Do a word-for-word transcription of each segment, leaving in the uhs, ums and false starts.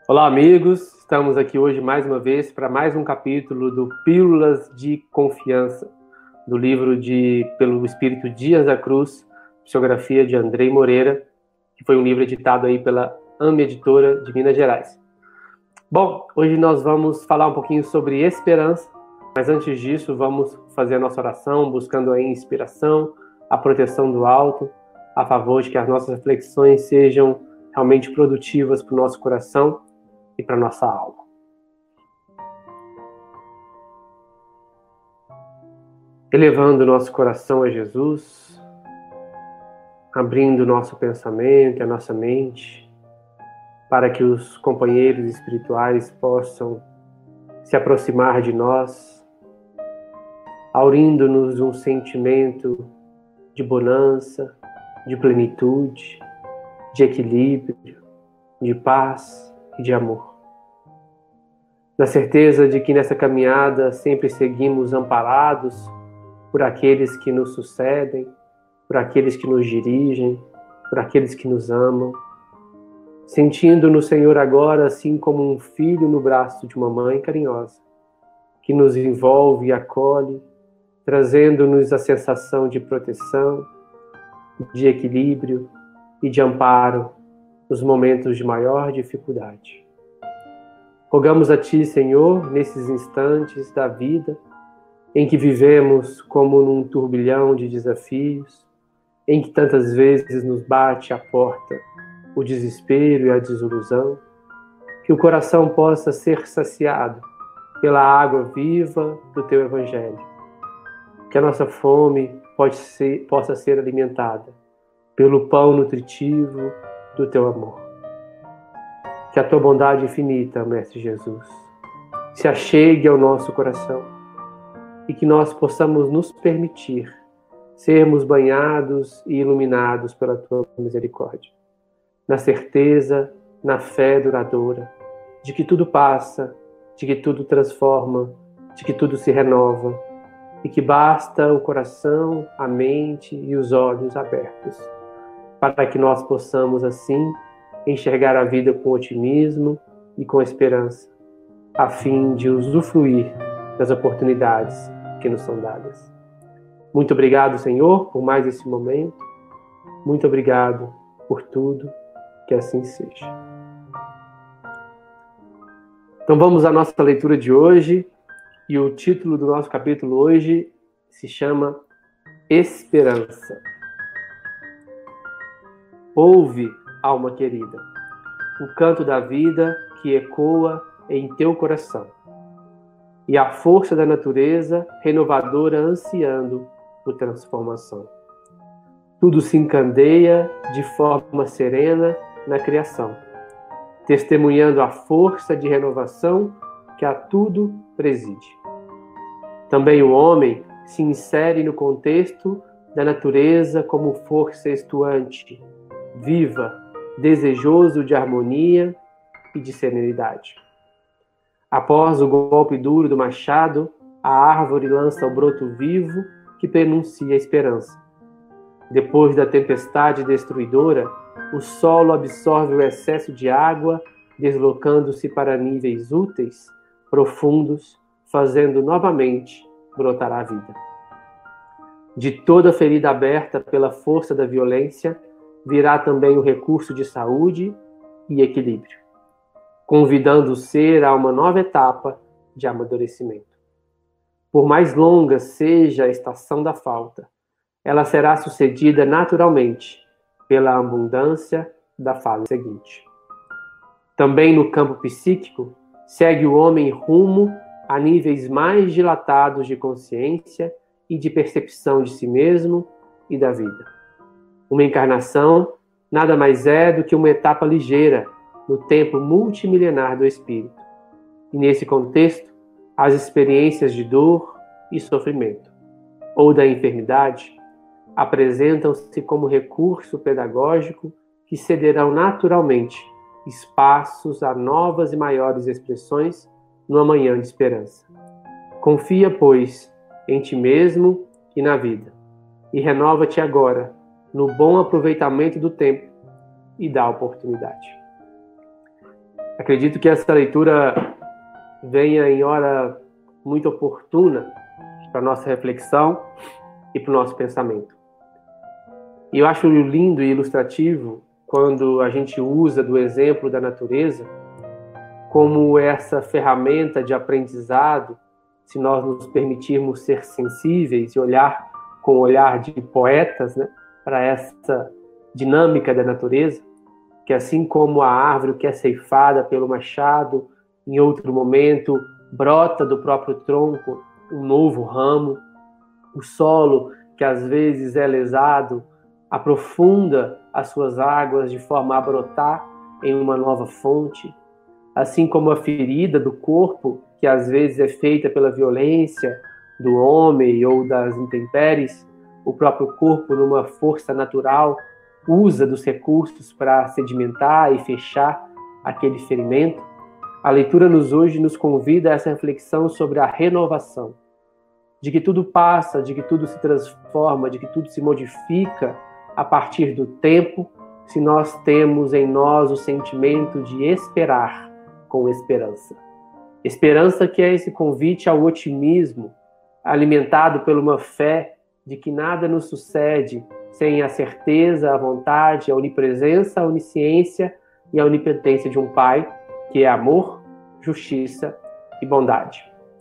Olá, amigos! Estamos aqui hoje mais uma vez para mais um capítulo do Pílulas de Confiança, do livro de Pelo Espírito Dias da Cruz, psicografia de Andrei Moreira, que foi um livro editado aí pela AME Editora de Minas Gerais. Bom, hoje nós vamos falar um pouquinho sobre esperança, mas antes disso vamos fazer a nossa oração, buscando a inspiração, a proteção do alto, a favor de que as nossas reflexões sejam realmente produtivas para o nosso coração e para a nossa alma. Elevando nosso coração a Jesus, abrindo nosso pensamento e a nossa mente, para que os companheiros espirituais possam se aproximar de nós, aurindo-nos um sentimento de bonança, de plenitude, de equilíbrio, de paz e de amor. Na certeza de que nessa caminhada sempre seguimos amparados por aqueles que nos sucedem, por aqueles que nos dirigem, por aqueles que nos amam, sentindo no Senhor agora assim como um filho no braço de uma mãe carinhosa, que nos envolve e acolhe, trazendo-nos a sensação de proteção, de equilíbrio e de amparo nos momentos de maior dificuldade. Rogamos a Ti, Senhor, nesses instantes da vida, em que vivemos como num turbilhão de desafios, em que tantas vezes nos bate à porta o desespero e a desilusão, que o coração possa ser saciado pela água viva do Teu Evangelho, que a nossa fome pode ser, possa ser alimentada pelo pão nutritivo do Teu amor. Que a Tua bondade infinita, Mestre Jesus, se achegue ao nosso coração e que nós possamos nos permitir sermos banhados e iluminados pela Tua misericórdia, na certeza, na fé duradoura, de que tudo passa, de que tudo transforma, de que tudo se renova e que basta o coração, a mente e os olhos abertos para que nós possamos, assim, enxergar a vida com otimismo e com esperança, a fim de usufruir das oportunidades que nos são dadas. Muito obrigado, Senhor, por mais esse momento. Muito obrigado por tudo, que assim seja. Então vamos à nossa leitura de hoje, e o título do nosso capítulo hoje se chama Esperança. Ouve, alma querida, o canto da vida que ecoa em teu coração, e a força da natureza renovadora ansiando por transformação. Tudo se encandeia de forma serena na criação, testemunhando a força de renovação que a tudo preside. Também o homem se insere no contexto da natureza como força estuante, viva, desejoso de harmonia e de serenidade. Após o golpe duro do machado, a árvore lança o broto vivo que prenuncia a esperança. Depois da tempestade destruidora, o solo absorve o excesso de água, deslocando-se para níveis úteis, profundos, fazendo novamente brotar a vida. De toda ferida aberta pela força da violência, virá também o recurso de saúde e equilíbrio, convidando o ser a uma nova etapa de amadurecimento. Por mais longa seja a estação da falta, ela será sucedida naturalmente pela abundância da fase seguinte. Também no campo psíquico, segue o homem rumo a níveis mais dilatados de consciência e de percepção de si mesmo e da vida. Uma encarnação nada mais é do que uma etapa ligeira no tempo multimilenar do espírito. E nesse contexto, as experiências de dor e sofrimento, ou da enfermidade, apresentam-se como recurso pedagógico que cederão naturalmente espaços a novas e maiores expressões no amanhã de esperança. Confia, pois, em ti mesmo e na vida, e renova-te agora no bom aproveitamento do tempo e da oportunidade. Acredito que essa leitura venha em hora muito oportuna para a nossa reflexão e para o nosso pensamento. E eu acho lindo e ilustrativo quando a gente usa do exemplo da natureza como essa ferramenta de aprendizado, se nós nos permitirmos ser sensíveis e olhar com o olhar de poetas, né, para essa dinâmica da natureza, que assim como a árvore que é ceifada pelo machado, em outro momento brota do próprio tronco um novo ramo, o solo que às vezes é lesado aprofunda as suas águas de forma a brotar em uma nova fonte, assim como a ferida do corpo, que às vezes é feita pela violência do homem ou das intempéries, o próprio corpo, numa força natural, usa dos recursos para sedimentar e fechar aquele ferimento. A leitura nos hoje nos convida a essa reflexão sobre a renovação, de que tudo passa, de que tudo se transforma, de que tudo se modifica a partir do tempo, se nós temos em nós o sentimento de esperar com esperança. Esperança que é esse convite ao otimismo, alimentado por uma fé de que nada nos sucede sem a certeza, a vontade, a onipresença, a onisciência e a onipotência de um Pai, que é amor, justiça e bondade.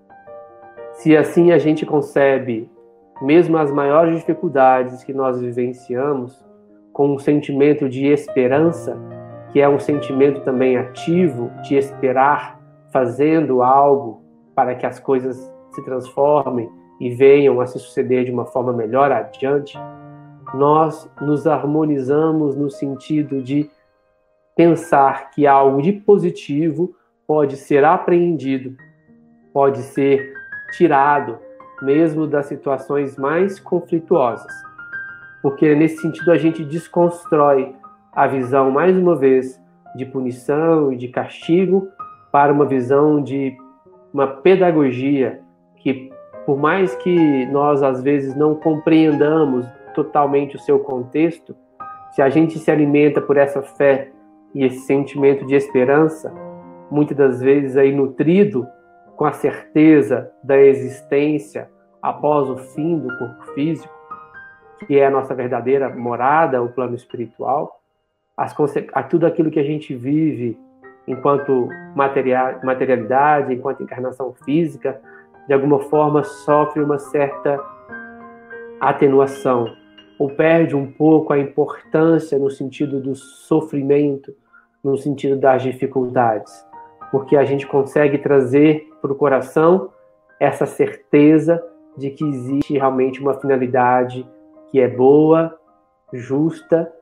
Se assim a gente concebe mesmo as maiores dificuldades que nós vivenciamos com um sentimento de esperança, que é um sentimento também ativo de esperar, fazendo algo para que as coisas se transformem e venham a se suceder de uma forma melhor adiante, nós nos harmonizamos no sentido de pensar que algo de positivo pode ser apreendido, pode ser tirado, mesmo das situações mais conflituosas. Porque nesse sentido a gente desconstrói a visão, mais uma vez, de punição e de castigo para uma visão de uma pedagogia que, por mais que nós às vezes não compreendamos totalmente o seu contexto, se a gente se alimenta por essa fé e esse sentimento de esperança, muitas das vezes aí nutrido com a certeza da existência após o fim do corpo físico, que é a nossa verdadeira morada, o plano espiritual, as, a tudo aquilo que a gente vive enquanto material, materialidade, enquanto encarnação física, de alguma forma sofre uma certa atenuação, ou perde um pouco a importância no sentido do sofrimento, no sentido das dificuldades, porque a gente consegue trazer para o coração essa certeza de que existe realmente uma finalidade que é boa, justa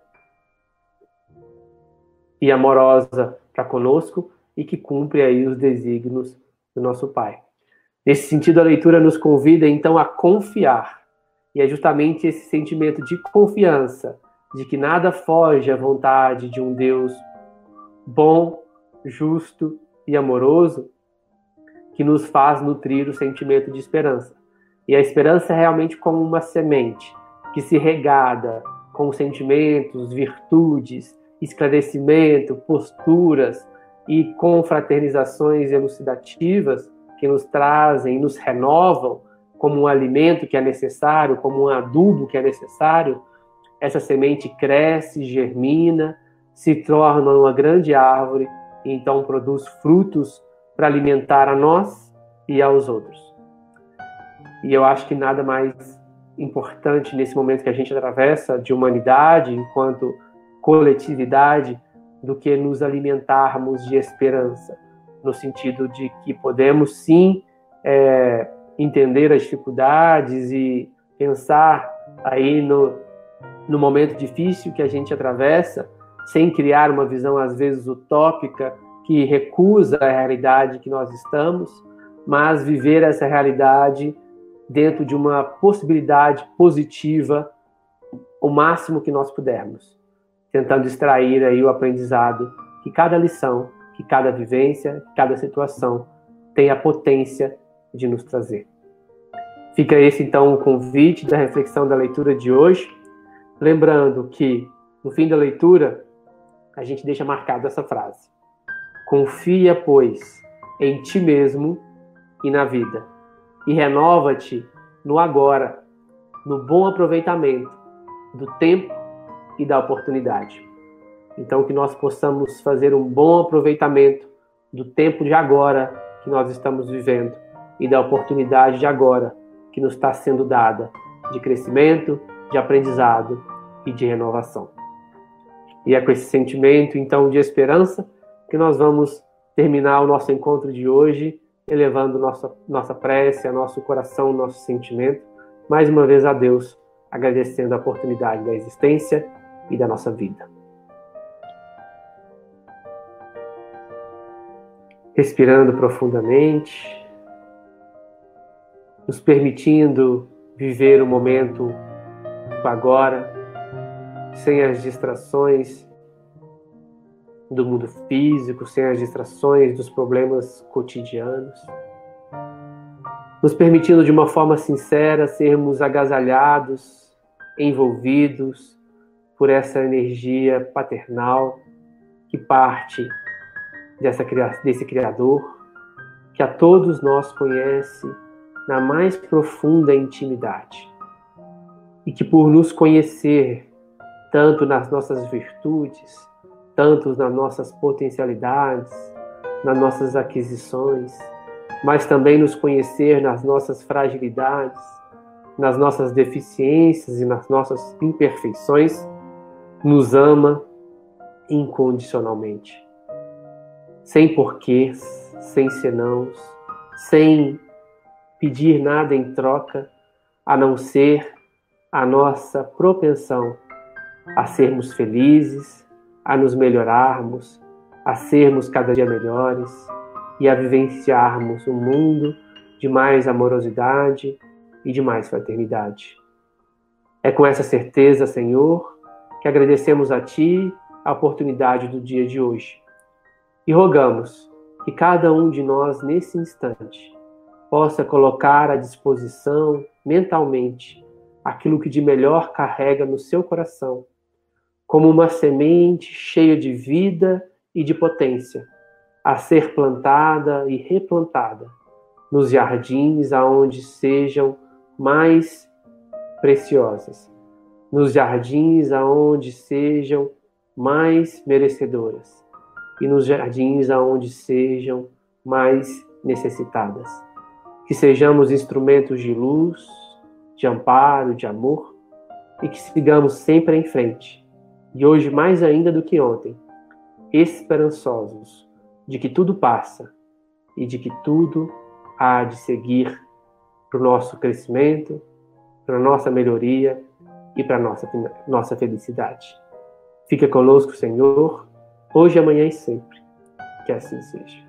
e amorosa para conosco e que cumpre aí os desígnios do nosso Pai. Nesse sentido, a leitura nos convida, então, a confiar. E é justamente esse sentimento de confiança, de que nada foge à vontade de um Deus bom, justo e amoroso, que nos faz nutrir o sentimento de esperança. E a esperança é realmente como uma semente que se regada com sentimentos, virtudes, esclarecimento, posturas e confraternizações elucidativas que nos trazem e nos renovam como um alimento que é necessário, como um adubo que é necessário. Essa semente cresce, germina, se torna uma grande árvore e então produz frutos para alimentar a nós e aos outros. E eu acho que nada mais importante nesse momento que a gente atravessa de humanidade, enquanto coletividade, do que nos alimentarmos de esperança, no sentido de que podemos sim é, entender as dificuldades e pensar aí no, no momento difícil que a gente atravessa, sem criar uma visão às vezes utópica que recusa a realidade que nós estamos, mas viver essa realidade dentro de uma possibilidade positiva o máximo que nós pudermos, tentando extrair aí o aprendizado que cada lição, que cada vivência, que cada situação tem a potência de nos trazer. Fica esse, então, o convite da reflexão da leitura de hoje, lembrando que, no fim da leitura, a gente deixa marcado essa frase: Confia, pois, em ti mesmo e na vida, e renova-te no agora, no bom aproveitamento do tempo e da oportunidade. Então, que nós possamos fazer um bom aproveitamento do tempo de agora que nós estamos vivendo e da oportunidade de agora que nos está sendo dada, de crescimento, de aprendizado e de renovação. E é com esse sentimento, então, de esperança que nós vamos terminar o nosso encontro de hoje, elevando nossa, nossa prece, a nosso coração, nosso sentimento, mais uma vez a Deus, agradecendo a oportunidade da existência e da nossa vida. Respirando profundamente, nos permitindo viver o momento agora, sem as distrações do mundo físico, sem as distrações dos problemas cotidianos, nos permitindo de uma forma sincera sermos agasalhados, envolvidos por essa energia paternal que parte dessa, desse Criador, que a todos nós conhece na mais profunda intimidade e que por nos conhecer tanto nas nossas virtudes, tanto nas nossas potencialidades, nas nossas aquisições, mas também nos conhecer nas nossas fragilidades, nas nossas deficiências e nas nossas imperfeições, nos ama incondicionalmente. Sem porquês, sem senãos, sem pedir nada em troca, a não ser a nossa propensão a sermos felizes, a nos melhorarmos, a sermos cada dia melhores e a vivenciarmos um mundo de mais amorosidade e de mais fraternidade. É com essa certeza, Senhor, que agradecemos a Ti a oportunidade do dia de hoje e rogamos que cada um de nós, nesse instante, possa colocar à disposição, mentalmente, aquilo que de melhor carrega no seu coração, como uma semente cheia de vida e de potência, a ser plantada e replantada nos jardins aonde sejam mais preciosas, nos jardins aonde sejam mais merecedoras e nos jardins aonde sejam mais necessitadas. Que sejamos instrumentos de luz, de amparo, de amor e que sigamos sempre em frente. E hoje, mais ainda do que ontem, esperançosos de que tudo passa e de que tudo há de seguir para o nosso crescimento, para a nossa melhoria e para a nossa, nossa felicidade. Fica conosco, Senhor, hoje, amanhã e sempre. Que assim seja.